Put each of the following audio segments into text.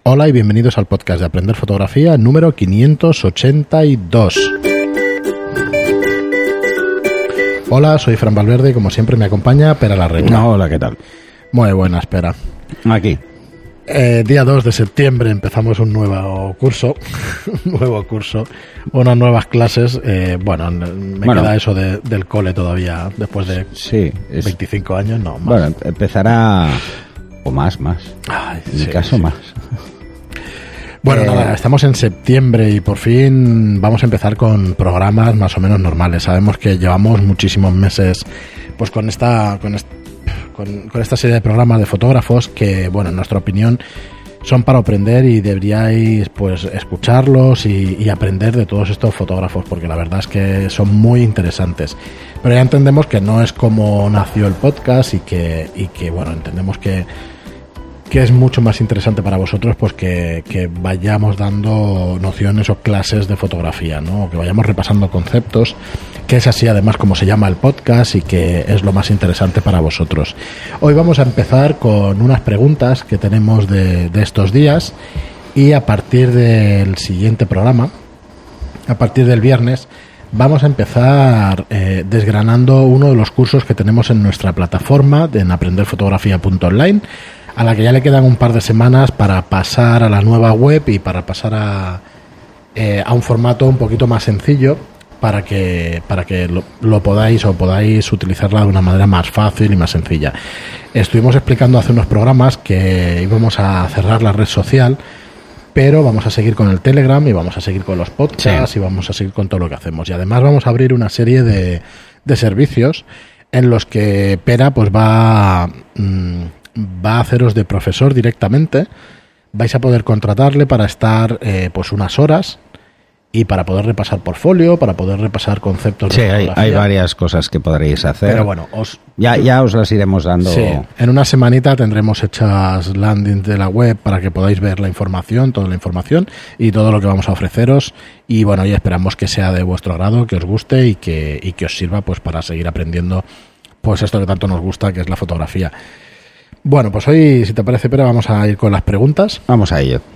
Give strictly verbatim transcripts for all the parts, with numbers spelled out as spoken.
Hola y bienvenidos al podcast de Aprender Fotografía número quinientos ochenta y dos. Hola, soy Fran Valverde y como siempre me acompaña Pera la Regula. No, hola, ¿qué tal? Muy buenas, Pera. Aquí. Eh, día dos de septiembre empezamos un nuevo curso, un nuevo curso, unas nuevas clases. Eh, bueno, me bueno, queda eso de, del cole todavía, después de sí, es, veinticinco años, no, más. Bueno, empezará, o más, más. Ay, en mi sí, caso, sí. más. Bueno, eh, nada, estamos en septiembre y por fin vamos a empezar con programas más o menos normales. Sabemos que llevamos muchísimos meses pues con esta con, est con, con esta serie de programas de fotógrafos que, bueno, en nuestra opinión son para aprender y deberíais pues escucharlos y, y aprender de todos estos fotógrafos, porque la verdad es que son muy interesantes. Pero ya entendemos que no es como nació el podcast y que, y que bueno, entendemos que que es mucho más interesante para vosotros pues que, que vayamos dando nociones o clases de fotografía, ¿no? O que vayamos repasando conceptos, que es así además como se llama el podcast y que es lo más interesante para vosotros. Hoy vamos a empezar con unas preguntas que tenemos de, de estos días y a partir del siguiente programa, a partir del viernes, vamos a empezar eh, desgranando uno de los cursos que tenemos en nuestra plataforma en aprender fotografía punto online, a la que ya le quedan un par de semanas para pasar a la nueva web y para pasar a, eh, a un formato un poquito más sencillo para que, para que lo, lo podáis o podáis utilizarla de una manera más fácil y más sencilla. Estuvimos explicando hace unos programas que íbamos a cerrar la red social, pero vamos a seguir con el Telegram y vamos a seguir con los podcasts, sí, y vamos a seguir con todo lo que hacemos. Y además vamos a abrir una serie de, de servicios en los que Pera pues va... Mmm, va a haceros de profesor directamente. Vais a poder contratarle para estar eh, pues unas horas y para poder repasar portfolio, para poder repasar conceptos de sí, hay, hay varias cosas que podréis hacer. Pero bueno, os, ya, ya os las iremos dando. Sí, en una semanita tendremos hechas landings de la web para que podáis ver la información, toda la información y todo lo que vamos a ofreceros. Y bueno, ya esperamos que sea de vuestro agrado, que os guste y que, y que os sirva pues para seguir aprendiendo pues esto que tanto nos gusta, que es la fotografía. Bueno, pues hoy, si te parece, Pera, vamos a ir con las preguntas. Vamos a ello.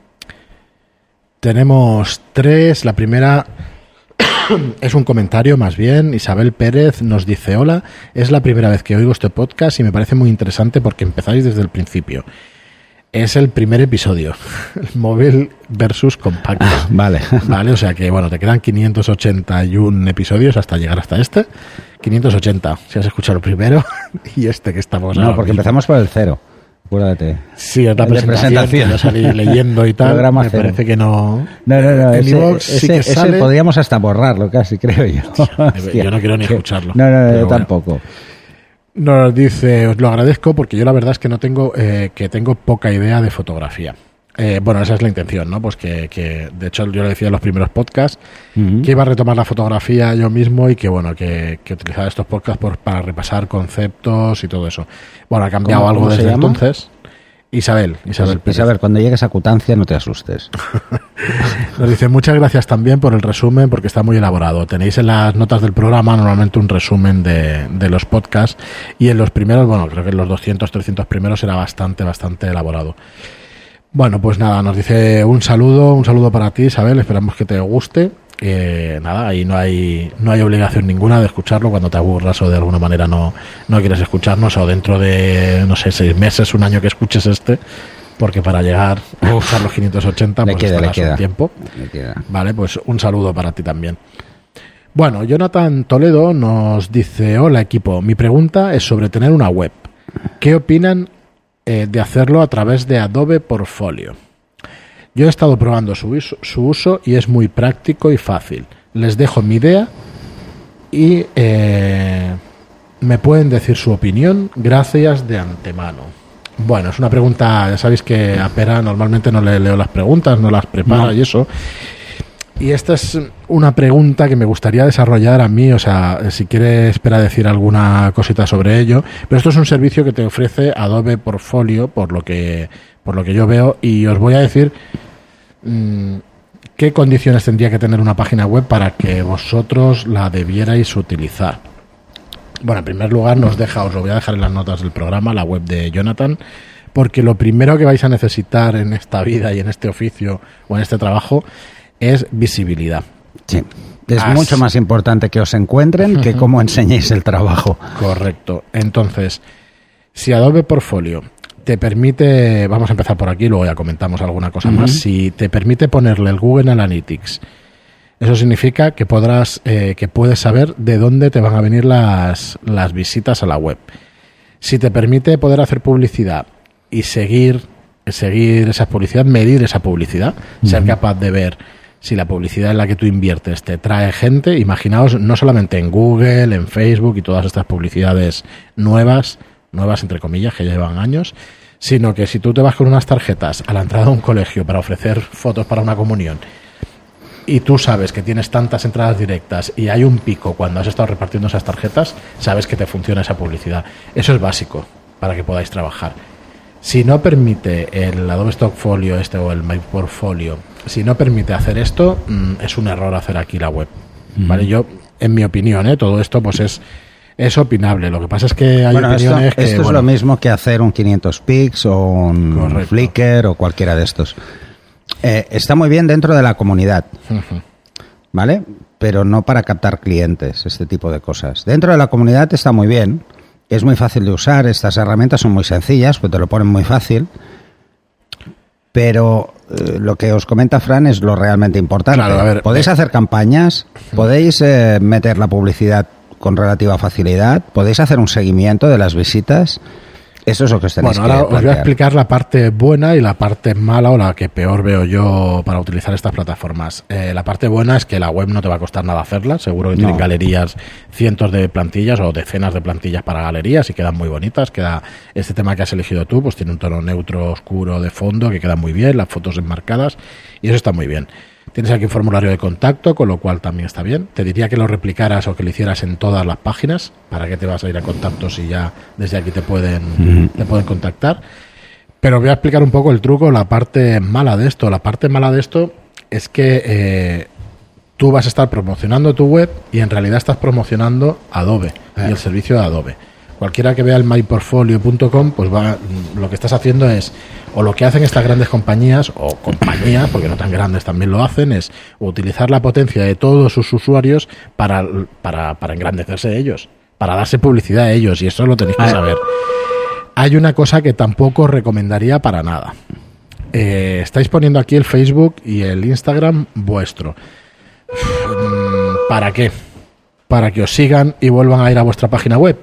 Tenemos tres. La primera es un comentario, más bien. Isabel Pérez nos dice: hola, es la primera vez que oigo este podcast y me parece muy interesante porque empezáis desde el principio. Es el primer episodio, el móvil versus compacto. Ah, vale. Vale, o sea que, bueno, te quedan quinientos ochenta y uno episodios hasta llegar hasta este. quinientos ochenta, si has escuchado el primero y este que estamos No, porque mismo. Empezamos por el cero. Acuérdate. Sí, es la presentación, presentación. Que yo salí leyendo y tal. Me cero. Parece que no. No, no, no. En ese, iVoox sí que ese sale. Podríamos hasta borrarlo casi, creo yo. Yo no quiero ni escucharlo. No, no, no, yo bueno. tampoco. Nos dice: os lo agradezco porque yo la verdad es que no tengo, eh, que tengo poca idea de fotografía. Eh, bueno, esa es la intención, ¿no? Pues que, que de hecho yo lo decía en los primeros podcasts, uh-huh. que iba a retomar la fotografía yo mismo y que bueno, que, que utilizaba estos podcasts por, para repasar conceptos y todo eso. Bueno, ha cambiado ¿Cómo, algo cómo desde se llama? entonces. Isabel, Isabel pues, Isabel, cuando llegues a Cutancia no te asustes. Nos dice: muchas gracias también por el resumen porque está muy elaborado. Tenéis en las notas del programa normalmente un resumen de, de los podcasts y en los primeros, bueno, creo que en los doscientos, trescientos primeros era bastante, bastante elaborado. Bueno, pues nada, nos dice un saludo, un saludo para ti, Isabel, esperamos que te guste. Eh, nada, ahí no hay no hay obligación ninguna de escucharlo cuando te aburras o de alguna manera no, no quieres escucharnos, o dentro de, no sé, seis meses, un año que escuches este, porque para llegar a escuchar los quinientos ochenta pues queda, estarás un tiempo. Vale, pues un saludo para ti también. Bueno, Jonathan Toledo nos dice: hola equipo, mi pregunta es sobre tener una web. ¿Qué opinan eh, de hacerlo a través de Adobe Portfolio? Yo he estado probando su uso, su uso y es muy práctico y fácil. Les dejo mi idea y eh, me pueden decir su opinión. Gracias de antemano. Bueno, es una pregunta, ya sabéis que a Pera normalmente no le leo las preguntas, no las prepara no. y eso. Y esta es una pregunta que me gustaría desarrollar a mí, o sea, si quieres Pera decir alguna cosita sobre ello. Pero esto es un servicio que te ofrece Adobe Portfolio, por lo que, por lo que yo veo, y os voy a decir mmm, qué condiciones tendría que tener una página web para que vosotros la debierais utilizar. Bueno, en primer lugar nos deja, os lo voy a dejar en las notas del programa, la web de Jonathan, porque lo primero que vais a necesitar en esta vida y en este oficio o en este trabajo es visibilidad. Sí. Es As... mucho más importante que os encuentren que cómo enseñéis el trabajo. Correcto. Entonces, si Adobe Portfolio te permite, vamos a empezar por aquí, luego ya comentamos alguna cosa uh-huh. más, si te permite ponerle el Google Analytics, eso significa que podrás, eh, que puedes saber de dónde te van a venir las, las visitas a la web. Si te permite poder hacer publicidad y seguir, seguir esa publicidad, medir esa publicidad, uh-huh. ser capaz de ver si la publicidad en la que tú inviertes te trae gente, imaginaos, no solamente en Google, en Facebook y todas estas publicidades nuevas, nuevas entre comillas, que llevan años, sino que si tú te vas con unas tarjetas a la entrada de un colegio para ofrecer fotos para una comunión y tú sabes que tienes tantas entradas directas y hay un pico cuando has estado repartiendo esas tarjetas, sabes que te funciona esa publicidad. Eso es básico para que podáis trabajar. Si no permite el Adobe Stockfolio este o el My Portfolio, si no permite hacer esto, mmm, es un error hacer aquí la web. Mm. ¿Vale? Yo, en mi opinión, ¿eh? todo esto pues es es opinable. Lo que pasa es que hay bueno, opiniones esto, que... Esto bueno, es lo mismo que hacer un quinientos pix o un correcto. Flickr o cualquiera de estos. Eh, está muy bien dentro de la comunidad, uh-huh. ¿vale? Pero no para captar clientes, este tipo de cosas. Dentro de la comunidad está muy bien. Es muy fácil de usar, estas herramientas son muy sencillas, pues te lo ponen muy fácil, pero eh, lo que os comenta Fran es lo realmente importante. Claro, a ver, podéis eh, hacer campañas, podéis eh, meter la publicidad con relativa facilidad, podéis hacer un seguimiento de las visitas. Eso es lo que os tenéis que Bueno, ahora plantear. Os voy a explicar la parte buena y la parte mala o la que peor veo yo para utilizar estas plataformas. Eh, la parte buena es que la web no te va a costar nada hacerla. Seguro que tienen no. galerías, cientos de plantillas o decenas de plantillas para galerías y quedan muy bonitas. Queda este tema que has elegido tú, pues tiene un tono neutro oscuro de fondo que queda muy bien, las fotos enmarcadas y eso está muy bien. Tienes aquí un formulario de contacto, con lo cual también está bien. Te diría que lo replicaras o que lo hicieras en todas las páginas. ¿Para qué te vas a ir a contactos si ya desde aquí te pueden, mm. te pueden contactar? Pero voy a explicar un poco el truco, la parte mala de esto. La parte mala de esto es que eh, tú vas a estar promocionando tu web y en realidad estás promocionando Adobe eh. y el servicio de Adobe. Cualquiera que vea el my portfolio punto com, pues va, lo que estás haciendo es, o lo que hacen estas grandes compañías, o compañías, porque no tan grandes también lo hacen, es utilizar la potencia de todos sus usuarios para, para, para engrandecerse ellos, para darse publicidad a ellos, y eso lo tenéis que saber. Hay una cosa que tampoco recomendaría para nada. Eh, estáis poniendo aquí el Facebook y el Instagram vuestro. ¿Para qué? Para que os sigan y vuelvan a ir a vuestra página web.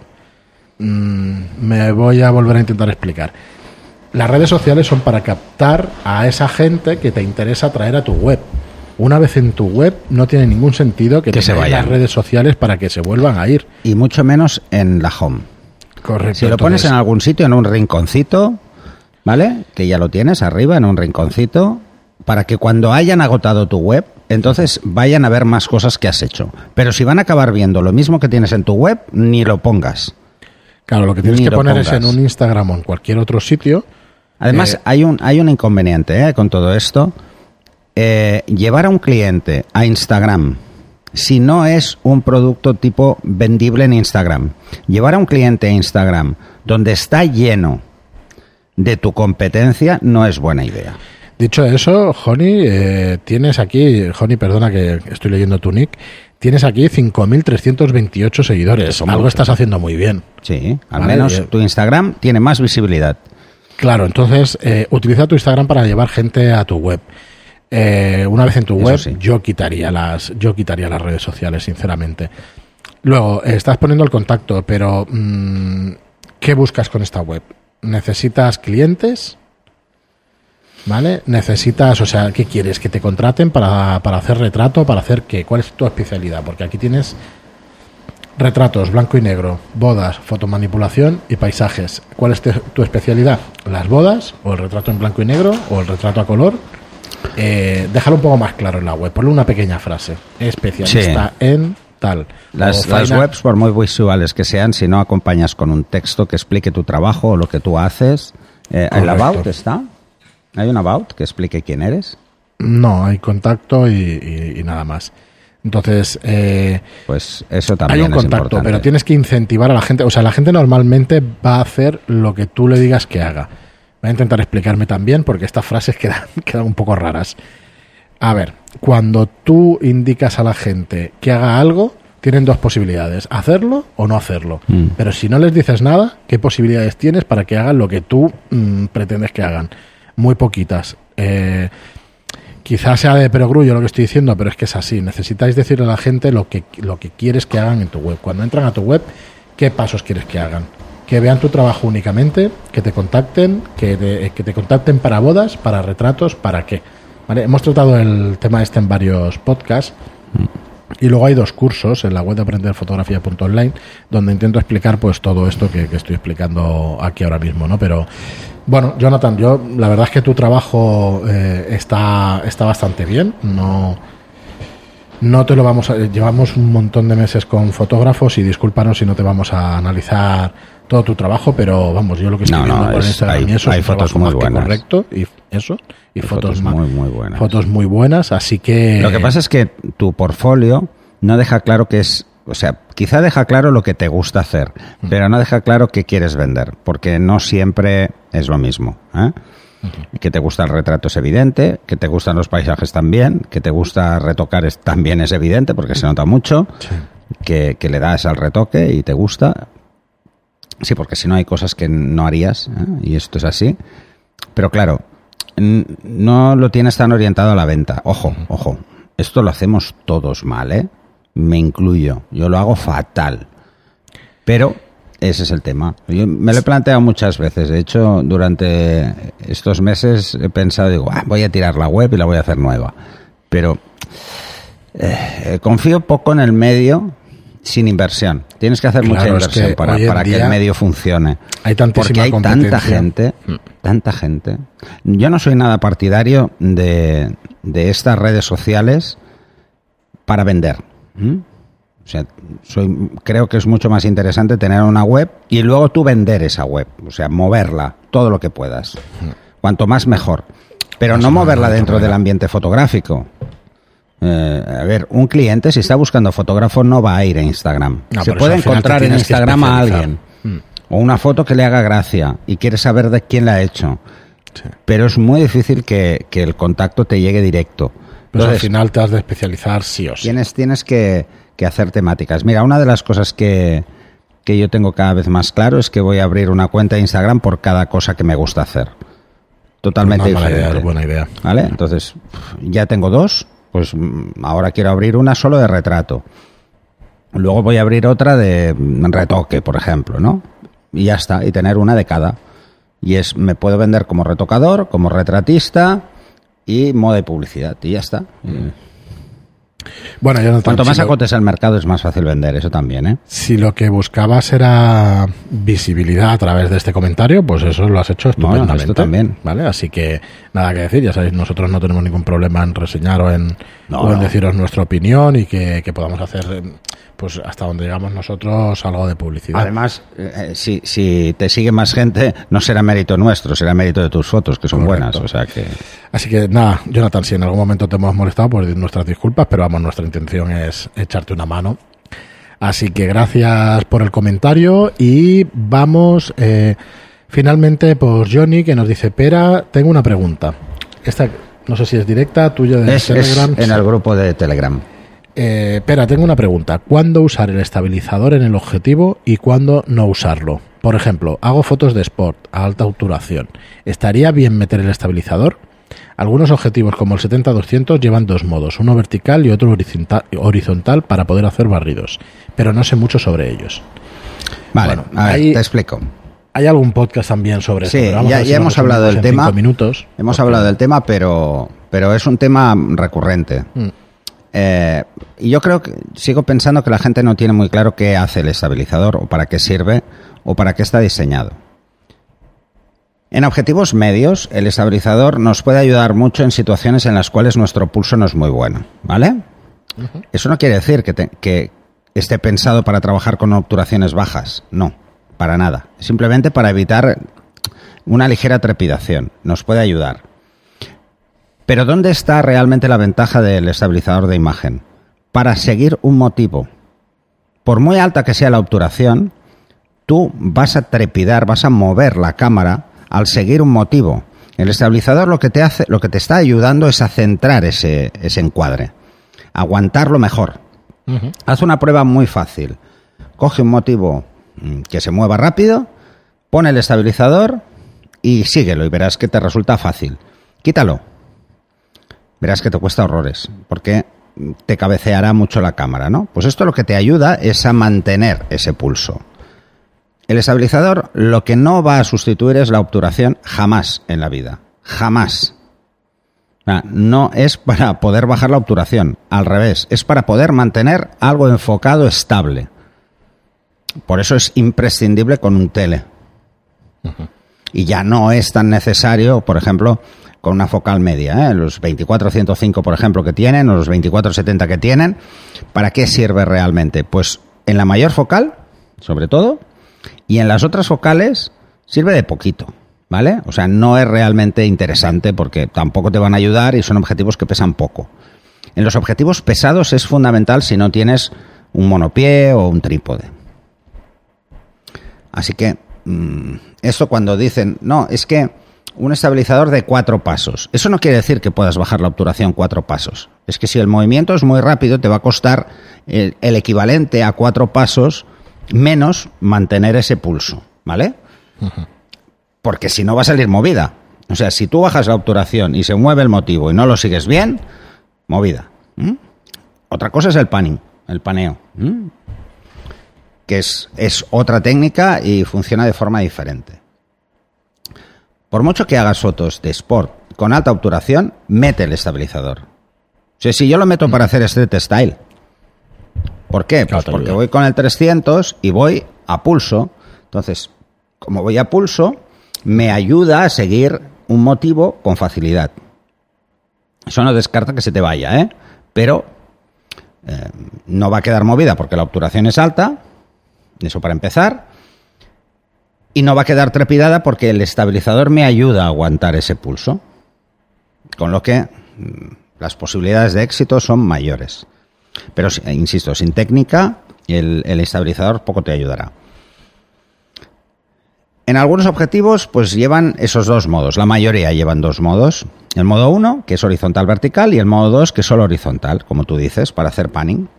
Me voy a volver a intentar explicar. Las redes sociales son para captar a esa gente que te interesa traer a tu web. Una vez en tu web no tiene ningún sentido que, que te se vayan las redes sociales para que se vuelvan a ir. Y mucho menos en la home. Correcto. Si lo pones entonces, en algún sitio, en un rinconcito, ¿vale? Que ya lo tienes arriba, en un rinconcito, para que cuando hayan agotado tu web, entonces vayan a ver más cosas que has hecho. Pero si van a acabar viendo lo mismo que tienes en tu web, ni lo pongas. Claro, lo que tienes Ni que poner pongas. es en un Instagram o en cualquier otro sitio. Además, eh, hay un hay un inconveniente ¿eh? con todo esto. Eh, llevar a un cliente a Instagram, si no es un producto tipo vendible en Instagram, llevar a un cliente a Instagram donde está lleno de tu competencia no es buena idea. Dicho eso, Joni, eh, tienes aquí, Joni, perdona que estoy leyendo tu nick, tienes aquí cinco mil trescientos veintiocho seguidores. Algo estás haciendo muy bien. Sí, al ¿vale? menos tu Instagram tiene más visibilidad. Claro, entonces eh, utiliza tu Instagram para llevar gente a tu web. Eh, una vez en tu web, sí. yo quitaría las, yo quitaría las redes sociales, sinceramente. Luego, eh, estás poniendo el contacto, pero mmm, ¿qué buscas con esta web? ¿Necesitas clientes? ¿Vale? Necesitas, o sea, ¿qué quieres? ¿Que te contraten para, para hacer retrato? ¿Para hacer qué? ¿Cuál es tu especialidad? Porque aquí tienes retratos, blanco y negro, bodas, fotomanipulación y paisajes. ¿Cuál es te, tu especialidad? ¿Las bodas? ¿O el retrato en blanco y negro? ¿O el retrato a color? Eh, déjalo un poco más claro en la web. Ponle una pequeña frase. Especialista sí. en tal. Las, las webs, por muy visuales que sean, si no acompañas con un texto que explique tu trabajo o lo que tú haces. Eh, ¿El about está? ¿Hay un about que explique quién eres? No, hay contacto y, y, y nada más. Entonces, eh, pues eso también hay un es contacto, importante. Pero tienes que incentivar a la gente. O sea, la gente normalmente va a hacer lo que tú le digas que haga. Voy a intentar explicarme también porque estas frases quedan, quedan un poco raras. A ver, cuando tú indicas a la gente que haga algo, tienen dos posibilidades, hacerlo o no hacerlo. Mm. Pero si no les dices nada, ¿qué posibilidades tienes para que hagan lo que tú mmm, pretendes que hagan? Muy poquitas. Eh, quizás sea de perogrullo lo que estoy diciendo, pero es que es así. Necesitáis decirle a la gente lo que, lo que quieres que hagan en tu web. Cuando entran a tu web, ¿qué pasos quieres que hagan? Que vean tu trabajo únicamente, que te contacten, que te, que te contacten para bodas, para retratos, ¿para qué? ¿Vale? Hemos tratado el tema este en varios podcasts y luego hay dos cursos en la web de aprender fotografía punto online donde intento explicar pues todo esto que, que estoy explicando aquí ahora mismo, ¿no? Pero bueno, Jonathan, yo la verdad es que tu trabajo eh, está, está bastante bien, no... No te lo vamos a... Llevamos un montón de meses con fotógrafos y discúlpanos si no te vamos a analizar todo tu trabajo, pero vamos, yo lo que estoy no, viendo no, por es, Instagram hay, y eso hay es un fotos trabajo muy más que buenas. correcto y eso, y fotos, fotos muy, muy buenas. Fotos muy buenas, así que... Lo que pasa es que tu portfolio no deja claro que es... O sea, quizá deja claro lo que te gusta hacer, mm. pero no deja claro qué quieres vender, porque no siempre es lo mismo, ¿eh? Uh-huh. Que te gusta el retrato es evidente, que te gustan los paisajes también, que te gusta retocar es, también es evidente porque se nota mucho, sí. que, que le das al retoque y te gusta. Sí, porque si no hay cosas que no harías, ¿eh? Y esto es así. Pero claro, n- no lo tienes tan orientado a la venta. Ojo, uh-huh. ojo, esto lo hacemos todos mal, ¿eh? Me incluyo, yo lo hago fatal. Pero... ese es el tema. Yo me lo he planteado muchas veces. De hecho, durante estos meses he pensado, digo, ah, voy a tirar la web y la voy a hacer nueva. Pero eh, confío poco en el medio sin inversión. Tienes que hacer claro, mucha inversión es que para, para que el medio funcione. Hay tantísima Porque hay tanta gente, tanta gente. Yo no soy nada partidario de, de estas redes sociales para vender. ¿Mm? O sea, soy, creo que es mucho más interesante tener una web y luego tú vender esa web, o sea, moverla, todo lo que puedas. Cuanto más mejor. Pero más no moverla dentro del ambiente fotográfico. Eh, a ver, un cliente si está buscando fotógrafo no va a ir a Instagram. No, se puede encontrar en Instagram a alguien mm. o una foto que le haga gracia y quiere saber de quién la ha hecho. Sí. Pero es muy difícil que, que el contacto te llegue directo. Pues Entonces, al final te has de especializar sí o sí. Tienes, tienes que... que hacer temáticas. Mira, una de las cosas que, que yo tengo cada vez más claro es que voy a abrir una cuenta de Instagram por cada cosa que me gusta hacer. Totalmente una diferente. Idea, buena idea. ¿Vale? Entonces, ya tengo dos, pues ahora quiero abrir una solo de retrato. Luego voy a abrir otra de retoque, por ejemplo, ¿no? Y ya está, y tener una de cada. Y es, me puedo vender como retocador, como retratista y moda y publicidad, y ya está. Mm. Bueno, yo no Cuanto más acotes al mercado es más fácil vender, eso también, ¿eh? Si lo que buscabas era visibilidad a través de este comentario, pues eso lo has hecho estupendamente. Bueno, esto también. ¿Vale? Así que nada que decir, ya sabéis, nosotros no tenemos ningún problema en reseñar o en, no, o en no. deciros nuestra opinión y que, que podamos hacer, pues hasta donde llegamos nosotros, algo de publicidad. Además, eh, si, si te sigue más gente, no será mérito nuestro, será mérito de tus fotos, que son Correcto. buenas. O sea que... Así que nada, Jonathan, si en algún momento te hemos molestado, pues nuestras disculpas, pero vamos, nuestra intención es echarte una mano. Así que gracias por el comentario y vamos eh, finalmente por Johnny, que nos dice, Pera, tengo una pregunta. Esta no sé si es directa, tuya de es, Telegram. Es en el grupo de Telegram. Eh, Pera, tengo una pregunta. ¿Cuándo usar el estabilizador en el objetivo y cuándo no usarlo? Por ejemplo, hago fotos de sport a alta obturación. ¿Estaría bien meter el estabilizador? Algunos objetivos como el setenta doscientos llevan dos modos, uno vertical y otro horizontal, horizontal para poder hacer barridos, pero no sé mucho sobre ellos. Vale, bueno, a ver, hay, te explico. Hay algún podcast también sobre sí, esto. Sí, ya, ya hemos hablado del tema. Minutos, hemos porque... hablado del tema, pero, pero es un tema recurrente. Mm. Eh, y yo creo que sigo pensando que la gente no tiene muy claro qué hace el estabilizador o para qué sirve o para qué está diseñado. En objetivos medios, el estabilizador nos puede ayudar mucho en situaciones en las cuales nuestro pulso no es muy bueno, ¿vale? Uh-huh. Eso no quiere decir que, te, que esté pensado para trabajar con obturaciones bajas, no, para nada. Simplemente para evitar una ligera trepidación, nos puede ayudar. Pero ¿dónde está realmente la ventaja del estabilizador de imagen? Para seguir un motivo. Por muy alta que sea la obturación, tú vas a trepidar, vas a mover la cámara al seguir un motivo. El estabilizador lo que te hace, lo que te está ayudando es a centrar ese, ese encuadre, a aguantarlo mejor. Uh-huh. Haz una prueba muy fácil. Coge un motivo que se mueva rápido, pone el estabilizador y síguelo y verás que te resulta fácil. Quítalo. Verás que te cuesta horrores, porque te cabeceará mucho la cámara, ¿no? Pues esto lo que te ayuda es a mantener ese pulso. El estabilizador lo que no va a sustituir es la obturación jamás en la vida. Jamás. No es para poder bajar la obturación, al revés, es para poder mantener algo enfocado estable. Por eso es imprescindible con un tele. Uh-huh. Y ya no es tan necesario, por ejemplo, con una focal media, ¿eh? Los veinticuatro ciento cinco, por ejemplo, que tienen, o los veinticuatro setenta que tienen. ¿Para qué sirve realmente? Pues en la mayor focal, sobre todo, y en las otras focales sirve de poquito, ¿vale? O sea, no es realmente interesante porque tampoco te van a ayudar y son objetivos que pesan poco. En los objetivos pesados es fundamental si no tienes un monopié o un trípode. Así que, mmm, esto cuando dicen, no, es que un estabilizador de cuatro pasos. Eso no quiere decir que puedas bajar la obturación cuatro pasos. Es que si el movimiento es muy rápido, te va a costar el, el equivalente a cuatro pasos menos mantener ese pulso, ¿vale? Uh-huh. Porque si no va a salir movida. O sea, si tú bajas la obturación y se mueve el motivo y no lo sigues bien, movida. ¿Mm? Otra cosa es el panning, el paneo. ¿Mm? Que es, es otra técnica y funciona de forma diferente. Por mucho que hagas fotos de sport con alta obturación, mete el estabilizador. O sea, si yo lo meto para hacer street style. ¿Por qué? Pues porque voy con el trescientos y voy a pulso. Entonces, como voy a pulso, me ayuda a seguir un motivo con facilidad. Eso no descarta que se te vaya, ¿eh? Pero eh, no va a quedar movida porque la obturación es alta. Eso para empezar. Y no va a quedar trepidada porque el estabilizador me ayuda a aguantar ese pulso. Con lo que las posibilidades de éxito son mayores. Pero, insisto, sin técnica, el, el estabilizador poco te ayudará. En algunos objetivos, pues llevan esos dos modos. La mayoría llevan dos modos. El modo uno, que es horizontal-vertical, y el modo dos, que es solo horizontal, como tú dices, para hacer panning.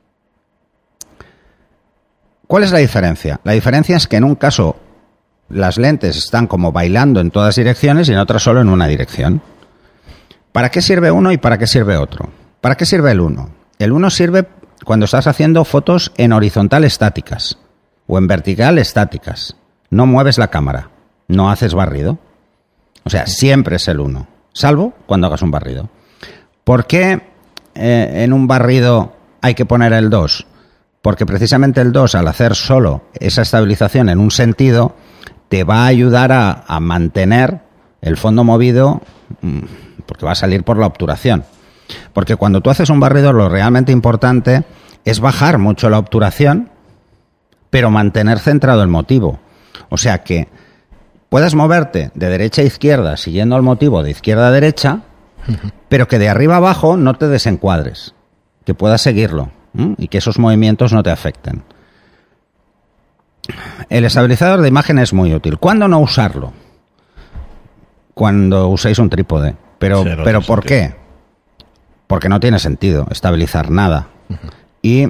¿Cuál es la diferencia? La diferencia es que en un caso las lentes están como bailando en todas direcciones y en otras solo en una dirección. ¿Para qué sirve uno y para qué sirve otro? ¿Para qué sirve el uno? El uno sirve cuando estás haciendo fotos en horizontal estáticas o en vertical estáticas. No mueves la cámara, no haces barrido. O sea, siempre es el uno, salvo cuando hagas un barrido. ¿Por qué eh, en un barrido hay que poner el dos? Porque precisamente el dos, al hacer solo esa estabilización en un sentido, te va a ayudar a, a mantener el fondo movido, porque va a salir por la obturación. Porque cuando tú haces un barrido, lo realmente importante es bajar mucho la obturación, pero mantener centrado el motivo. O sea que puedes moverte de derecha a izquierda siguiendo el motivo de izquierda a derecha, uh-huh. pero que de arriba a abajo no te desencuadres, que puedas seguirlo. ¿Mm? Y que esos movimientos no te afecten. El estabilizador de imagen es muy útil. ¿Cuándo no usarlo? Cuando uséis un trípode. Pero, Cero pero ¿por sentido. qué? Porque no tiene sentido estabilizar nada. Uh-huh. Y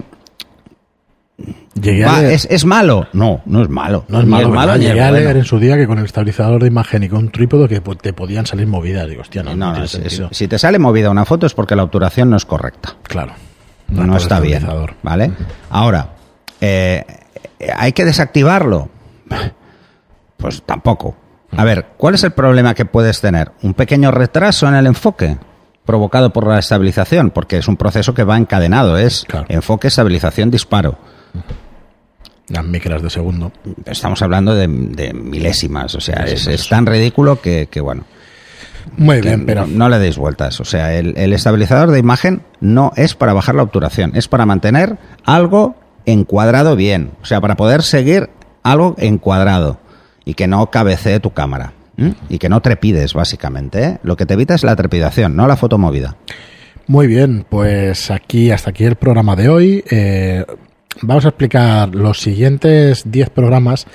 va, leer, ¿es, ¿es malo? No, no es malo. No es malo. Es malo Llegué a leer bueno. en su día que con el estabilizador de imagen y con un trípode que te podían salir movidas. Digo, hostia, no, no, no, no es, es, si te sale movida una foto es porque la obturación no es correcta. Claro. No, no está bien, ¿vale? Uh-huh. Ahora, eh, ¿hay que desactivarlo? Pues tampoco. A ver, ¿cuál es el problema que puedes tener? Un pequeño retraso en el enfoque provocado por la estabilización, porque es un proceso que va encadenado, es claro. enfoque, estabilización, disparo. Las micras de segundo. Estamos hablando de, de milésimas, o sea, es, es tan ridículo que, que bueno... Muy bien, pero... No le deis vueltas. O sea, el, el estabilizador de imagen no es para bajar la obturación, es para mantener algo encuadrado bien. O sea, para poder seguir algo encuadrado y que no cabecee tu cámara. ¿eh? Y que no trepides, básicamente. ¿eh? Lo que te evita es la trepidación, no la foto movida. Muy bien, pues aquí hasta aquí el programa de hoy. Eh, vamos a explicar los siguientes diez programas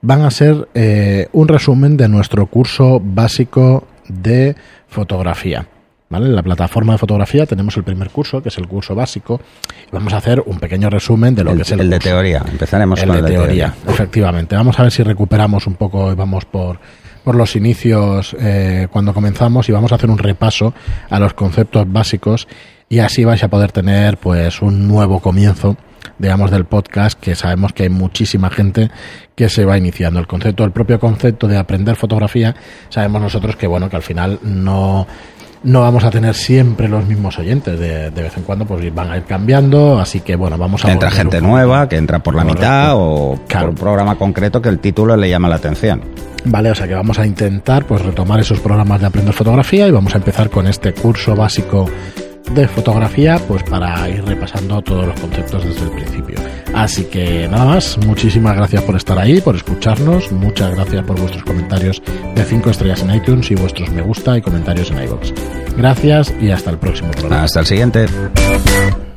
van a ser eh, un resumen de nuestro curso básico de fotografía. ¿Vale? En la plataforma de fotografía tenemos el primer curso, que es el curso básico, y vamos a hacer un pequeño resumen de lo el, que es el, el de curso. teoría. Empezaremos el con de el de teoría, teoría. Efectivamente. Vamos a ver si recuperamos un poco y vamos por, por los inicios eh, cuando comenzamos, y vamos a hacer un repaso a los conceptos básicos, y así vais a poder tener pues un nuevo comienzo, digamos, del podcast, que sabemos que hay muchísima gente que se va iniciando. El concepto, el propio concepto de aprender fotografía, sabemos nosotros que bueno, que al final no... No vamos a tener siempre los mismos oyentes, de, de vez en cuando pues van a ir cambiando, así que bueno, vamos a... Entra gente nueva, que entra por la Correcto. mitad o Claro. por un programa concreto que el título le llama la atención. Vale, o sea que vamos a intentar pues retomar esos programas de aprender fotografía, y vamos a empezar con este curso básico de fotografía, pues para ir repasando todos los conceptos desde el principio. Así que nada más, muchísimas gracias por estar ahí, por escucharnos, muchas gracias por vuestros comentarios de cinco estrellas en iTunes y vuestros me gusta y comentarios en iVoox. Gracias y hasta el próximo programa. Hasta el siguiente.